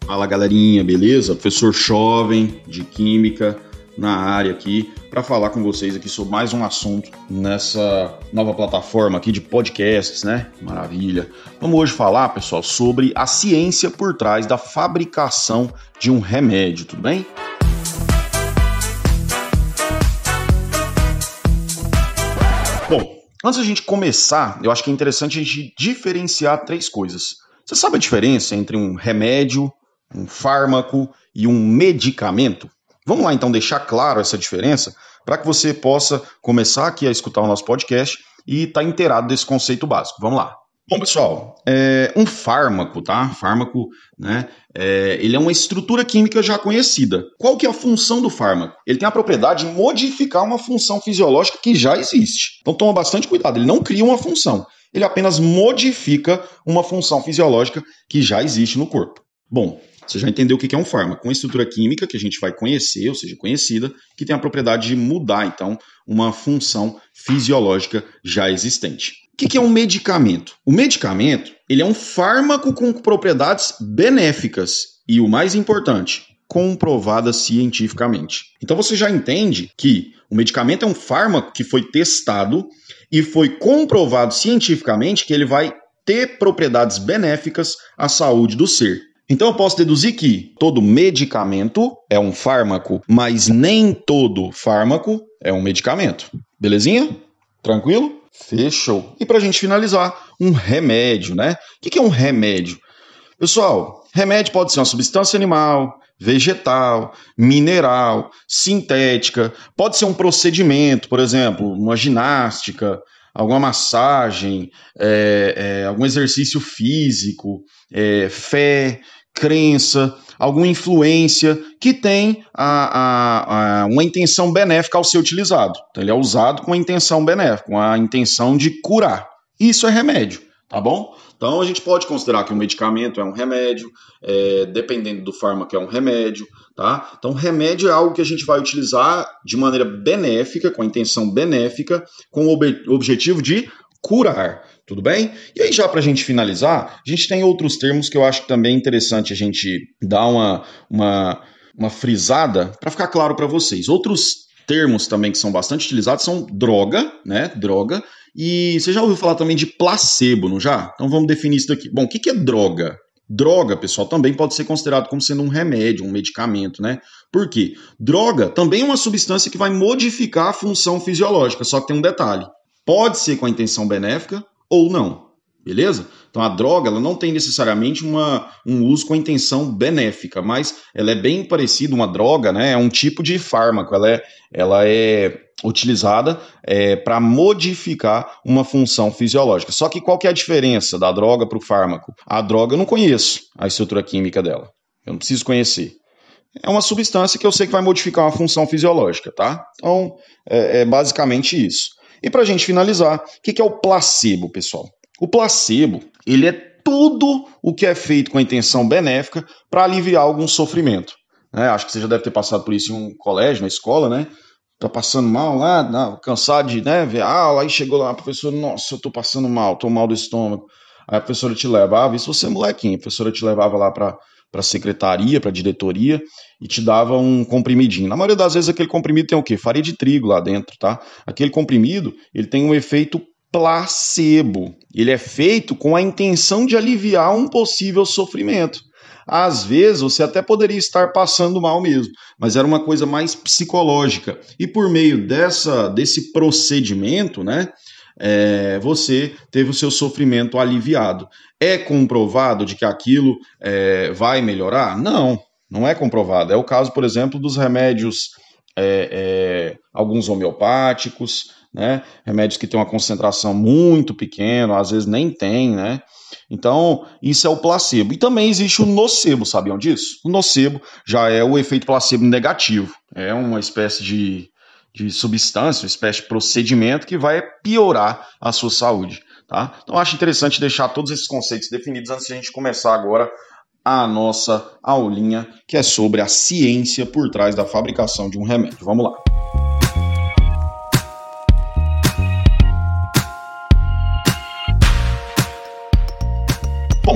Fala galerinha, beleza? Professor Jovem de Química na área aqui para falar com vocês aqui sobre mais um assunto nessa nova plataforma aqui de podcasts, né? Maravilha! Vamos hoje falar, pessoal, sobre a ciência por trás da fabricação de um remédio, tudo bem? Bom, antes da gente começar, eu acho que é interessante a gente diferenciar três coisas. Você sabe a diferença entre um remédio, um fármaco e um medicamento? Vamos lá então deixar claro essa diferença para que você possa começar aqui a escutar o nosso podcast e estar inteirado desse conceito básico. Vamos lá. Bom, pessoal, um fármaco, tá? Fármaco, né? Ele é uma estrutura química já conhecida. Qual que é a função do fármaco? Ele tem a propriedade de modificar uma função fisiológica que já existe. Então toma bastante cuidado, ele não cria uma função. Ele apenas modifica uma função fisiológica que já existe no corpo. Bom, você já entendeu o que é um fármaco? Uma estrutura química que a gente vai conhecer, ou seja, conhecida, que tem a propriedade de mudar, então, uma função fisiológica já existente. O que é um medicamento? O medicamento, ele é um fármaco com propriedades benéficas e, o mais importante, comprovadas cientificamente. Então você já entende que o medicamento é um fármaco que foi testado e foi comprovado cientificamente que ele vai ter propriedades benéficas à saúde do ser. Então eu posso deduzir que todo medicamento é um fármaco, mas nem todo fármaco é um medicamento. Belezinha? Tranquilo? Fechou. E para a gente finalizar, um remédio, né? O que é um remédio? Pessoal, remédio pode ser uma substância animal, vegetal, mineral, sintética, pode ser um procedimento, por exemplo, uma ginástica, alguma massagem, algum exercício físico, fé, crença, alguma influência que tem uma intenção benéfica ao ser utilizado. Então, ele é usado com a intenção benéfica, com a intenção de curar. Isso é remédio, tá bom? Então, a gente pode considerar que um medicamento é um remédio, dependendo do fármaco é um remédio, tá? Então, remédio é algo que a gente vai utilizar de maneira benéfica, com a intenção benéfica, com o objetivo de curar, tudo bem? E aí, já para a gente finalizar, a gente tem outros termos que eu acho que também é interessante a gente dar uma frisada para ficar claro para vocês. Outros termos também que são bastante utilizados são droga, né? Droga. E você já ouviu falar também de placebo, não já? Então vamos definir isso daqui. Bom, o que é droga? Droga, pessoal, também pode ser considerado como sendo um remédio, um medicamento, né? Por quê? Droga também é uma substância que vai modificar a função fisiológica, só que tem um detalhe. Pode ser com a intenção benéfica ou não, beleza? Então a droga ela não tem necessariamente um uso com a intenção benéfica, mas ela é bem parecida, uma droga, né? É um tipo de fármaco, ela é utilizada para modificar uma função fisiológica. Só que qual que é a diferença da droga para o fármaco? A droga eu não conheço a estrutura química dela, eu não preciso conhecer. É uma substância que eu sei que vai modificar uma função fisiológica, tá? Então é basicamente isso. E para a gente finalizar, o que é o placebo, pessoal? O placebo, ele é tudo o que é feito com a intenção benéfica para aliviar algum sofrimento. Acho que você já deve ter passado por isso em um colégio, na escola, né? Tá passando mal lá, cansado de ver a aula, aí chegou lá a professora, nossa, eu tô passando mal, tô mal do estômago. Aí a professora te levava, isso você é molequinho, a professora te levava lá para a secretaria, para a diretoria, e te dava um comprimidinho. Na maioria das vezes aquele comprimido tem o quê? Farinha de trigo lá dentro, tá? Aquele comprimido, ele tem um efeito placebo. Ele é feito com a intenção de aliviar um possível sofrimento. Às vezes você até poderia estar passando mal mesmo, mas era uma coisa mais psicológica. E por meio desse procedimento, né, você teve o seu sofrimento aliviado. É comprovado de que aquilo vai melhorar? Não, não é comprovado. É o caso, por exemplo, dos remédios, alguns homeopáticos, né, remédios que têm uma concentração muito pequena, às vezes nem tem, né? Então, isso é o placebo. E também existe o nocebo, sabiam disso? O nocebo já é o efeito placebo negativo. É uma espécie de substância, uma espécie de procedimento que vai piorar a sua saúde, tá? Então, eu acho interessante deixar todos esses conceitos definidos antes de a gente começar agora a nossa aulinha, que é sobre a ciência por trás da fabricação de um remédio. Vamos lá.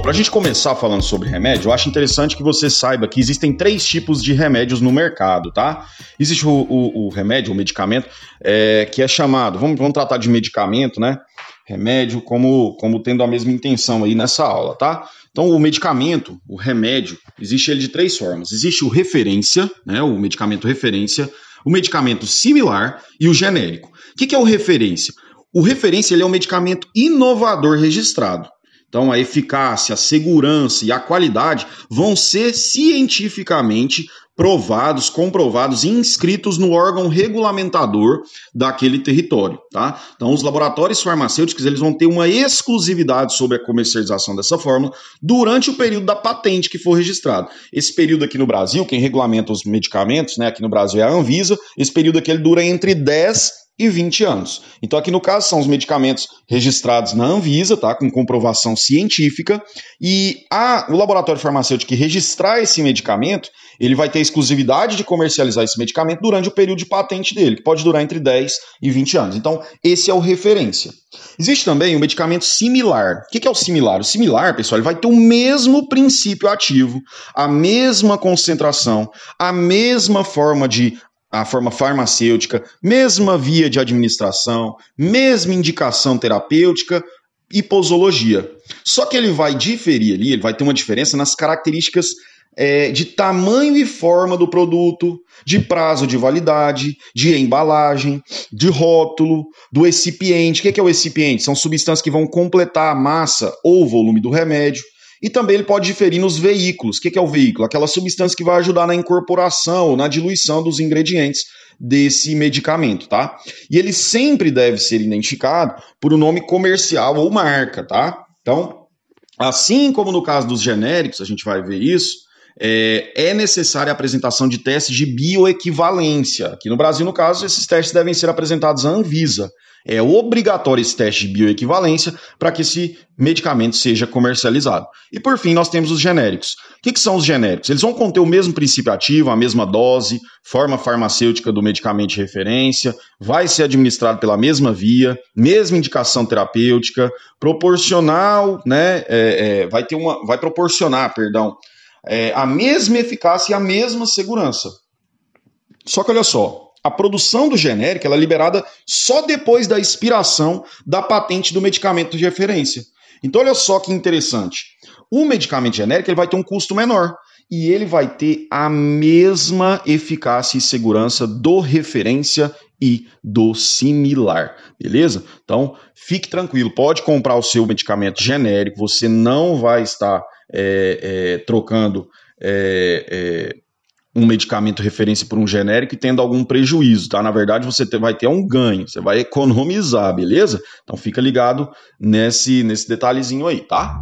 para a gente começar falando sobre remédio, eu acho interessante que você saiba que existem 3 tipos de remédios no mercado, tá? Existe o remédio, o medicamento, que é chamado, vamos tratar de medicamento, né? Remédio como tendo a mesma intenção aí nessa aula, tá? Então, o medicamento, o remédio, existe ele de 3 formas. Existe o referência, né? O medicamento referência, o medicamento similar e o genérico. O que é o referência? O referência ele é um medicamento inovador registrado. Então, a eficácia, a segurança e a qualidade vão ser cientificamente provados, comprovados e inscritos no órgão regulamentador daquele território, tá? Então, os laboratórios farmacêuticos eles vão ter uma exclusividade sobre a comercialização dessa fórmula durante o período da patente que for registrado. Esse período aqui no Brasil, quem regulamenta os medicamentos, né, aqui no Brasil é a Anvisa, esse período aqui ele dura entre 10 e 20 anos. Então, aqui no caso, são os medicamentos registrados na Anvisa, tá, com comprovação científica, e o laboratório farmacêutico que registrar esse medicamento, ele vai ter a exclusividade de comercializar esse medicamento durante o período de patente dele, que pode durar entre 10 e 20 anos. Então, esse é o referência. Existe também o medicamento similar. O que é o similar? O similar, pessoal, ele vai ter o mesmo princípio ativo, a mesma concentração, a mesma forma a forma farmacêutica, mesma via de administração, mesma indicação terapêutica e posologia. Só que ele vai diferir ali, ele vai ter uma diferença nas características de tamanho e forma do produto, de prazo de validade, de embalagem, de rótulo, do excipiente. O que é o excipiente? São substâncias que vão completar a massa ou volume do remédio. E também ele pode diferir nos veículos. O que é o veículo? Aquela substância que vai ajudar na incorporação ou na diluição dos ingredientes desse medicamento, tá? E ele sempre deve ser identificado por um nome comercial ou marca, tá? Então, assim como no caso dos genéricos, a gente vai ver isso, é necessária a apresentação de testes de bioequivalência. Aqui no Brasil, no caso, esses testes devem ser apresentados à Anvisa. É obrigatório esse teste de bioequivalência para que esse medicamento seja comercializado. E por fim, nós temos os genéricos. O que são os genéricos? Eles vão conter o mesmo princípio ativo, a mesma dose, forma farmacêutica do medicamento de referência, vai ser administrado pela mesma via, mesma indicação terapêutica, proporcional, né? Vai proporcionar, a mesma eficácia e a mesma segurança. Só que olha só, a produção do genérico ela é liberada só depois da expiração da patente do medicamento de referência. Então olha só que interessante. O medicamento genérico ele vai ter um custo menor e ele vai ter a mesma eficácia e segurança do referência e do similar, beleza? Então fique tranquilo, pode comprar o seu medicamento genérico, você não vai estar trocando um medicamento referência por um genérico e tendo algum prejuízo, tá? Na verdade, você vai ter um ganho, você vai economizar, beleza? Então fica ligado nesse detalhezinho aí, tá?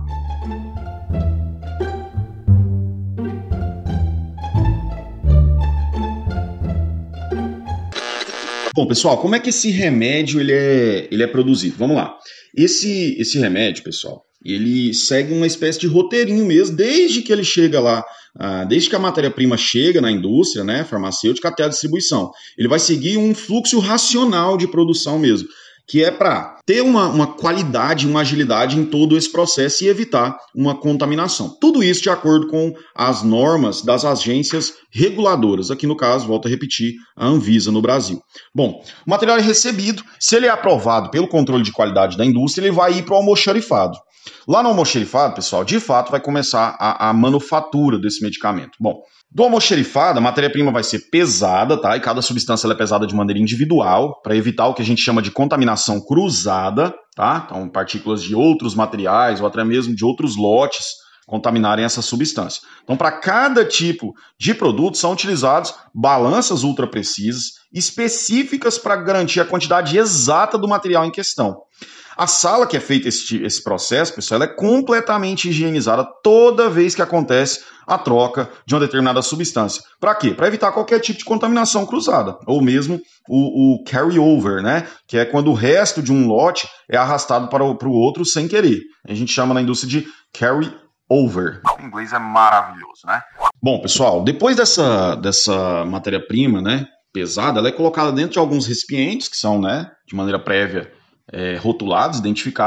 Bom, pessoal, como é que esse remédio ele é produzido? Vamos lá. Esse remédio, pessoal, ele segue uma espécie de roteirinho mesmo, desde que ele chega lá, desde que a matéria-prima chega na indústria, né, farmacêutica, até a distribuição. Ele vai seguir um fluxo racional de produção mesmo, que é para ter uma qualidade, uma agilidade em todo esse processo e evitar uma contaminação. Tudo isso de acordo com as normas das agências reguladoras. Aqui no caso, volto a repetir, a Anvisa no Brasil. Bom, o material é recebido, se ele é aprovado pelo controle de qualidade da indústria, ele vai ir para o almoxarifado. Lá no almoxarifado, pessoal, de fato vai começar a manufatura desse medicamento. Bom, do almoxarifado, a matéria-prima vai ser pesada, tá? E cada substância ela é pesada de maneira individual, para evitar o que a gente chama de contaminação cruzada, tá? Então, partículas de outros materiais ou até mesmo de outros lotes contaminarem essa substância. Então, para cada tipo de produto, são utilizados balanças ultra precisas, específicas para garantir a quantidade exata do material em questão. A sala que é feito esse processo, pessoal, ela é completamente higienizada toda vez que acontece a troca de uma determinada substância. Para quê? Para evitar qualquer tipo de contaminação cruzada, ou mesmo o carry-over, né? Que é quando o resto de um lote é arrastado para o outro sem querer. A gente chama na indústria de carry-over. O inglês é maravilhoso, né? Bom, pessoal, depois dessa matéria-prima, né, pesada, ela é colocada dentro de alguns recipientes que são, né, de maneira prévia, rotulados, identificados,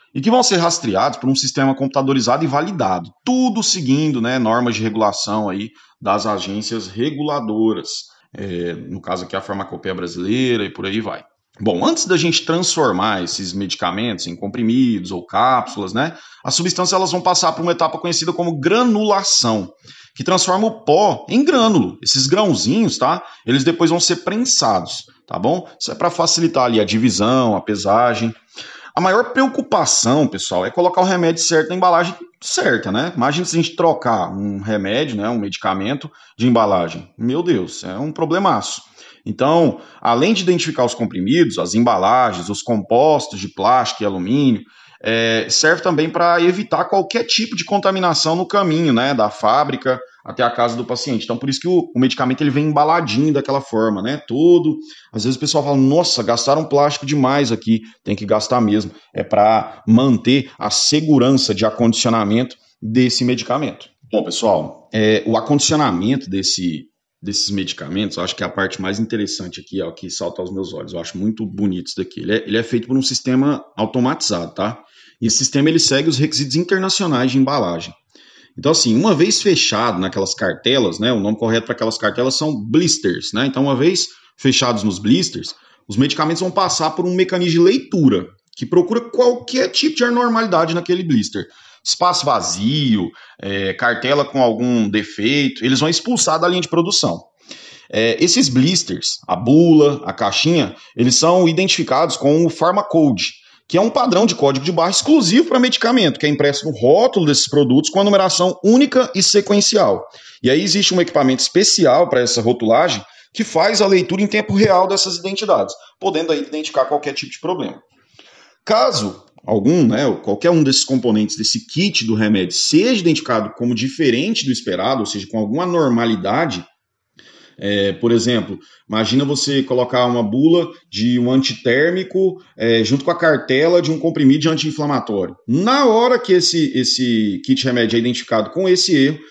e que vão ser rastreados por um sistema computadorizado e validado, tudo seguindo, né, normas de regulação aí das agências reguladoras, no caso aqui a Farmacopeia Brasileira e por aí vai. Bom, antes da gente transformar esses medicamentos em comprimidos ou cápsulas, né, as substâncias elas vão passar por uma etapa conhecida como granulação, que transforma o pó em grânulo. Esses grãozinhos, tá? Eles depois vão ser prensados, tá bom? Isso é para facilitar ali a divisão, a pesagem. A maior preocupação, pessoal, é colocar o remédio certo na embalagem certa, né? Imagina se a gente trocar um remédio, né, um medicamento de embalagem. Meu Deus, é um problemaço. Então, além de identificar os comprimidos, as embalagens, os compostos de plástico e alumínio, serve também para evitar qualquer tipo de contaminação no caminho, né, da fábrica até a casa do paciente. Então, por isso que o medicamento ele vem embaladinho daquela forma, né, todo. Às vezes o pessoal fala, nossa, gastaram plástico demais aqui. Tem que gastar mesmo. É para manter a segurança de acondicionamento desse medicamento. Bom, pessoal, o acondicionamento desses medicamentos, eu acho que é a parte mais interessante aqui, ó, que salta aos meus olhos. Eu acho muito bonito isso daqui. Ele é feito por um sistema automatizado, tá? E esse sistema ele segue os requisitos internacionais de embalagem. Então, assim, uma vez fechado naquelas cartelas, né? O nome correto para aquelas cartelas são blisters, né? Então, uma vez fechados nos blisters, os medicamentos vão passar por um mecanismo de leitura que procura qualquer tipo de anormalidade naquele blister. Espaço vazio, cartela com algum defeito, eles vão expulsar da linha de produção. Esses blisters, a bula, a caixinha, eles são identificados com o Pharmacode, que é um padrão de código de barra exclusivo para medicamento, que é impresso no rótulo desses produtos com a numeração única e sequencial. E aí existe um equipamento especial para essa rotulagem que faz a leitura em tempo real dessas identidades, podendo aí identificar qualquer tipo de problema. Caso algum, né, qualquer um desses componentes desse kit do remédio seja identificado como diferente do esperado, ou seja, com alguma anormalidade, por exemplo, imagina você colocar uma bula de um antitérmico junto com a cartela de um comprimido de anti-inflamatório. Na hora que esse kit remédio é identificado com esse erro,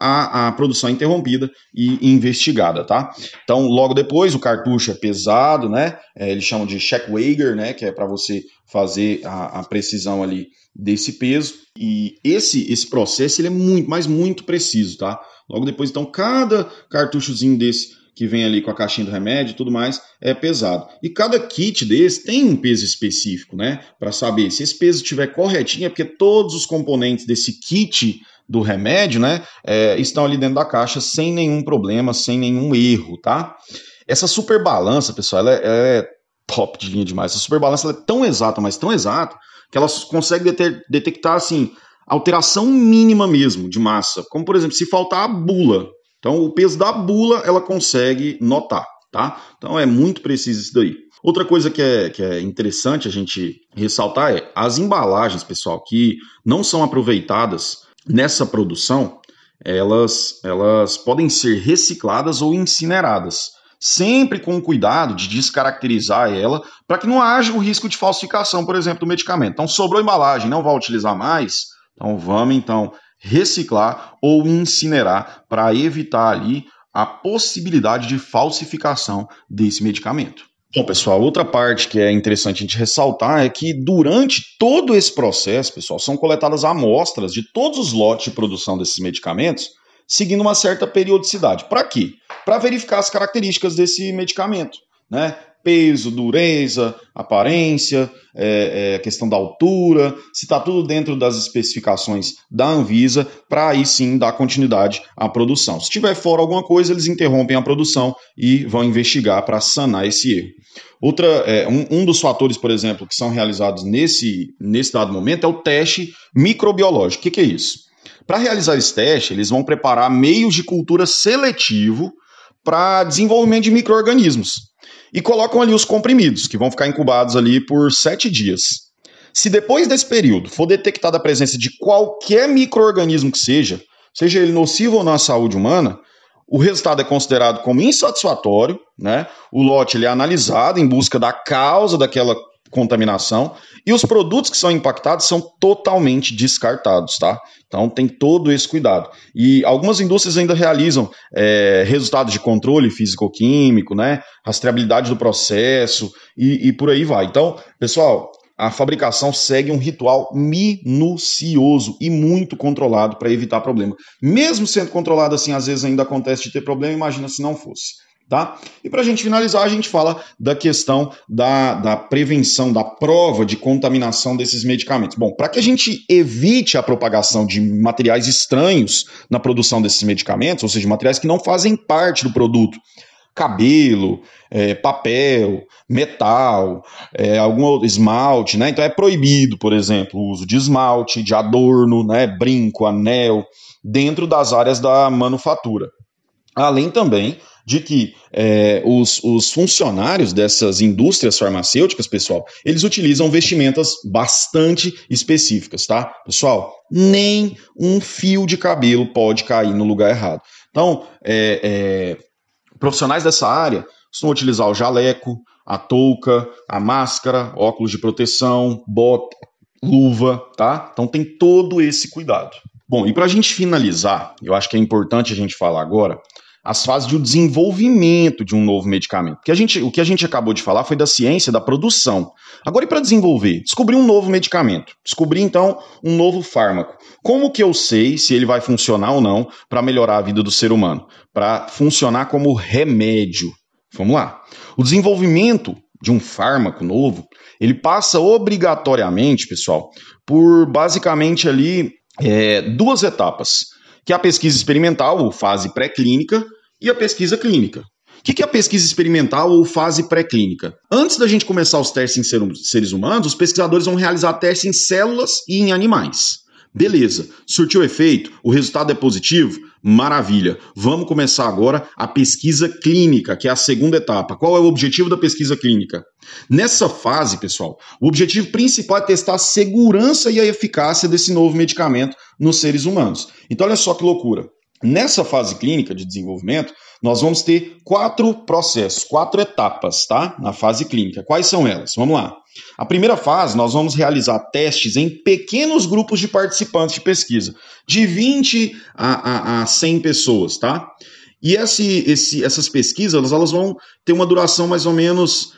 a produção é interrompida e investigada, tá? Então, logo depois, o cartucho é pesado, né? Eles chamam de Checkweiger, né? Que é para você fazer a precisão ali desse peso. E esse processo ele é muito, mas muito preciso, tá? Logo depois, então, cada cartuchozinho desse que vem ali com a caixinha do remédio e tudo mais, é pesado. E cada kit desse tem um peso específico, né? Para saber se esse peso estiver corretinho, é porque todos os componentes desse kit do remédio, né, estão ali dentro da caixa sem nenhum problema, sem nenhum erro, tá? Essa super balança, pessoal, ela é top de linha demais. Essa super balança ela é tão exata, mas tão exata, que ela consegue detectar, assim, alteração mínima mesmo de massa. Como, por exemplo, se faltar a bula. Então, o peso da bula, ela consegue notar, tá? Então, é muito preciso isso daí. Outra coisa que é interessante a gente ressaltar é as embalagens, pessoal, que não são aproveitadas nessa produção, elas podem ser recicladas ou incineradas, sempre com cuidado de descaracterizar ela, para que não haja o risco de falsificação, por exemplo, do medicamento. Então, sobrou embalagem, não vai utilizar mais, então vamos reciclar ou incinerar para evitar ali a possibilidade de falsificação desse medicamento. Bom, pessoal, outra parte que é interessante a gente ressaltar é que durante todo esse processo, pessoal, são coletadas amostras de todos os lotes de produção desses medicamentos, seguindo uma certa periodicidade. Para quê? Para verificar as características desse medicamento, né? Peso, dureza, aparência, questão da altura, se está tudo dentro das especificações da Anvisa, para aí sim dar continuidade à produção. Se tiver fora alguma coisa, eles interrompem a produção e vão investigar para sanar esse erro. Um dos fatores, por exemplo, que são realizados nesse dado momento é o teste microbiológico. O que é isso? Para realizar esse teste, eles vão preparar meios de cultura seletivo para desenvolvimento de micro-organismos. E colocam ali os comprimidos, que vão ficar incubados ali por 7 dias. Se depois desse período for detectada a presença de qualquer micro-organismo que seja ele nocivo ou não à saúde humana, o resultado é considerado como insatisfatório, né? O lote ele é analisado em busca da causa daquela contaminação e os produtos que são impactados são totalmente descartados, tá? Então tem todo esse cuidado. E algumas indústrias ainda realizam resultados de controle físico-químico, né? Rastreabilidade do processo e por aí vai. Então, pessoal, a fabricação segue um ritual minucioso e muito controlado para evitar problema. Mesmo sendo controlado assim, às vezes ainda acontece de ter problema, imagina se não fosse. Tá? E para a gente finalizar, a gente fala da questão da prevenção, da prova de contaminação desses medicamentos. Bom, para que a gente evite a propagação de materiais estranhos na produção desses medicamentos, ou seja, materiais que não fazem parte do produto, cabelo, papel, metal, algum esmalte, né? Então é proibido, por exemplo, o uso de esmalte, de adorno, né? Brinco, anel, dentro das áreas da manufatura. Além também de que os funcionários dessas indústrias farmacêuticas, pessoal, eles utilizam vestimentas bastante específicas, tá? Pessoal, nem um fio de cabelo pode cair no lugar errado. Então, profissionais dessa área costumam utilizar o jaleco, a touca, a máscara, óculos de proteção, bota, luva, tá? Então tem todo esse cuidado. Bom, e para a gente finalizar, eu acho que é importante a gente falar agora as fases de desenvolvimento de um novo medicamento. Porque o que a gente acabou de falar foi da ciência, da produção. Agora, e para desenvolver? Descobrir um novo medicamento. Descobrir, então, um novo fármaco. Como que eu sei se ele vai funcionar ou não para melhorar a vida do ser humano? Para funcionar como remédio. Vamos lá. O desenvolvimento de um fármaco novo, ele passa obrigatoriamente, pessoal, por basicamente ali duas etapas, que é a pesquisa experimental, ou fase pré-clínica, e a pesquisa clínica. O que é a pesquisa experimental ou fase pré-clínica? Antes da gente começar os testes em seres humanos, os pesquisadores vão realizar testes em células e em animais. Beleza, surtiu efeito, o resultado é positivo? Maravilha. Vamos começar agora a pesquisa clínica, que é a segunda etapa. Qual é o objetivo da pesquisa clínica? Nessa fase, pessoal, o objetivo principal é testar a segurança e a eficácia desse novo medicamento nos seres humanos. Então, olha só que loucura. Nessa fase clínica de desenvolvimento, nós vamos ter 4 processos, 4 etapas, tá? Na fase clínica. Quais são elas? Vamos lá. A primeira fase, nós vamos realizar testes em pequenos grupos de participantes de pesquisa, de 20 a 100 pessoas, tá? E essas pesquisas, elas vão ter uma duração mais ou menos,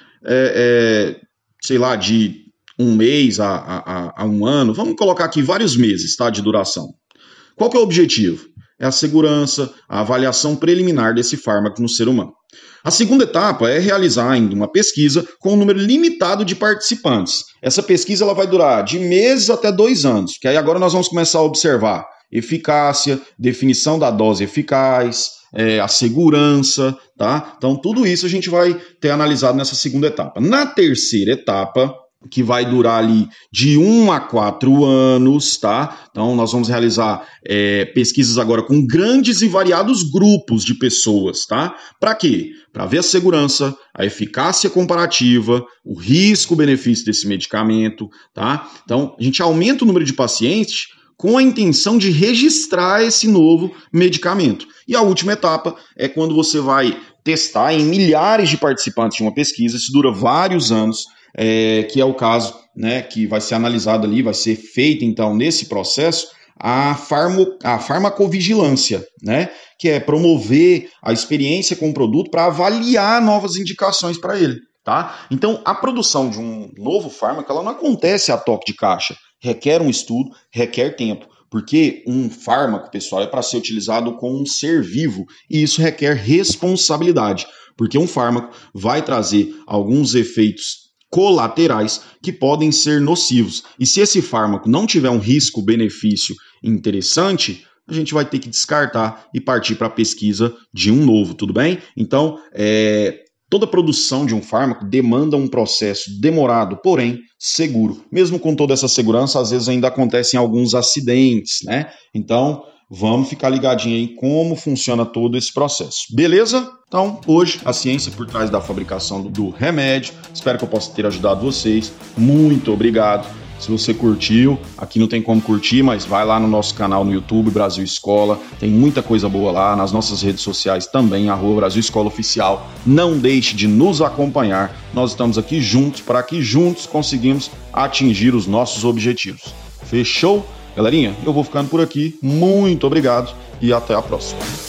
sei lá, de 1 mês a 1 ano. Vamos colocar aqui vários meses, tá? De duração. Qual que é o objetivo? É a segurança, a avaliação preliminar desse fármaco no ser humano. A segunda etapa é realizar ainda uma pesquisa com um número limitado de participantes. Essa pesquisa ela vai durar de meses até 2 anos, que aí agora nós vamos começar a observar eficácia, definição da dose eficaz, a segurança, tá? Então tudo isso a gente vai ter analisado nessa segunda etapa. Na terceira etapa, que vai durar ali de 1 a 4 anos, tá? Então nós vamos realizar pesquisas agora com grandes e variados grupos de pessoas, tá? Para quê? Para ver a segurança, a eficácia comparativa, o risco-benefício desse medicamento, tá? Então a gente aumenta o número de pacientes com a intenção de registrar esse novo medicamento. E a última etapa é quando você vai testar em milhares de participantes de uma pesquisa, isso dura vários anos, que é o caso, né, que vai ser analisado ali, vai ser feita então nesse processo a farmacovigilância, né, que é promover a experiência com o produto para avaliar novas indicações para ele, tá? Então a produção de um novo fármaco ela não acontece a toque de caixa, requer um estudo, requer tempo, porque um fármaco, pessoal, é para ser utilizado com um ser vivo e isso requer responsabilidade, porque um fármaco vai trazer alguns efeitos colaterais que podem ser nocivos. E se esse fármaco não tiver um risco-benefício interessante, a gente vai ter que descartar e partir para a pesquisa de um novo, tudo bem? Então, toda produção de um fármaco demanda um processo demorado, porém seguro. Mesmo com toda essa segurança, às vezes ainda acontecem alguns acidentes, né? Então, vamos ficar ligadinho aí em como funciona todo esse processo. Beleza? Então, hoje, a ciência por trás da fabricação do remédio. Espero que eu possa ter ajudado vocês. Muito obrigado. Se você curtiu, aqui não tem como curtir, mas vai lá no nosso canal no YouTube, Brasil Escola. Tem muita coisa boa lá. Nas nossas redes sociais também, @Brasil Escola Oficial. Não deixe de nos acompanhar. Nós estamos aqui juntos para que juntos conseguimos atingir os nossos objetivos. Fechou? Galerinha, eu vou ficando por aqui. Muito obrigado e até a próxima.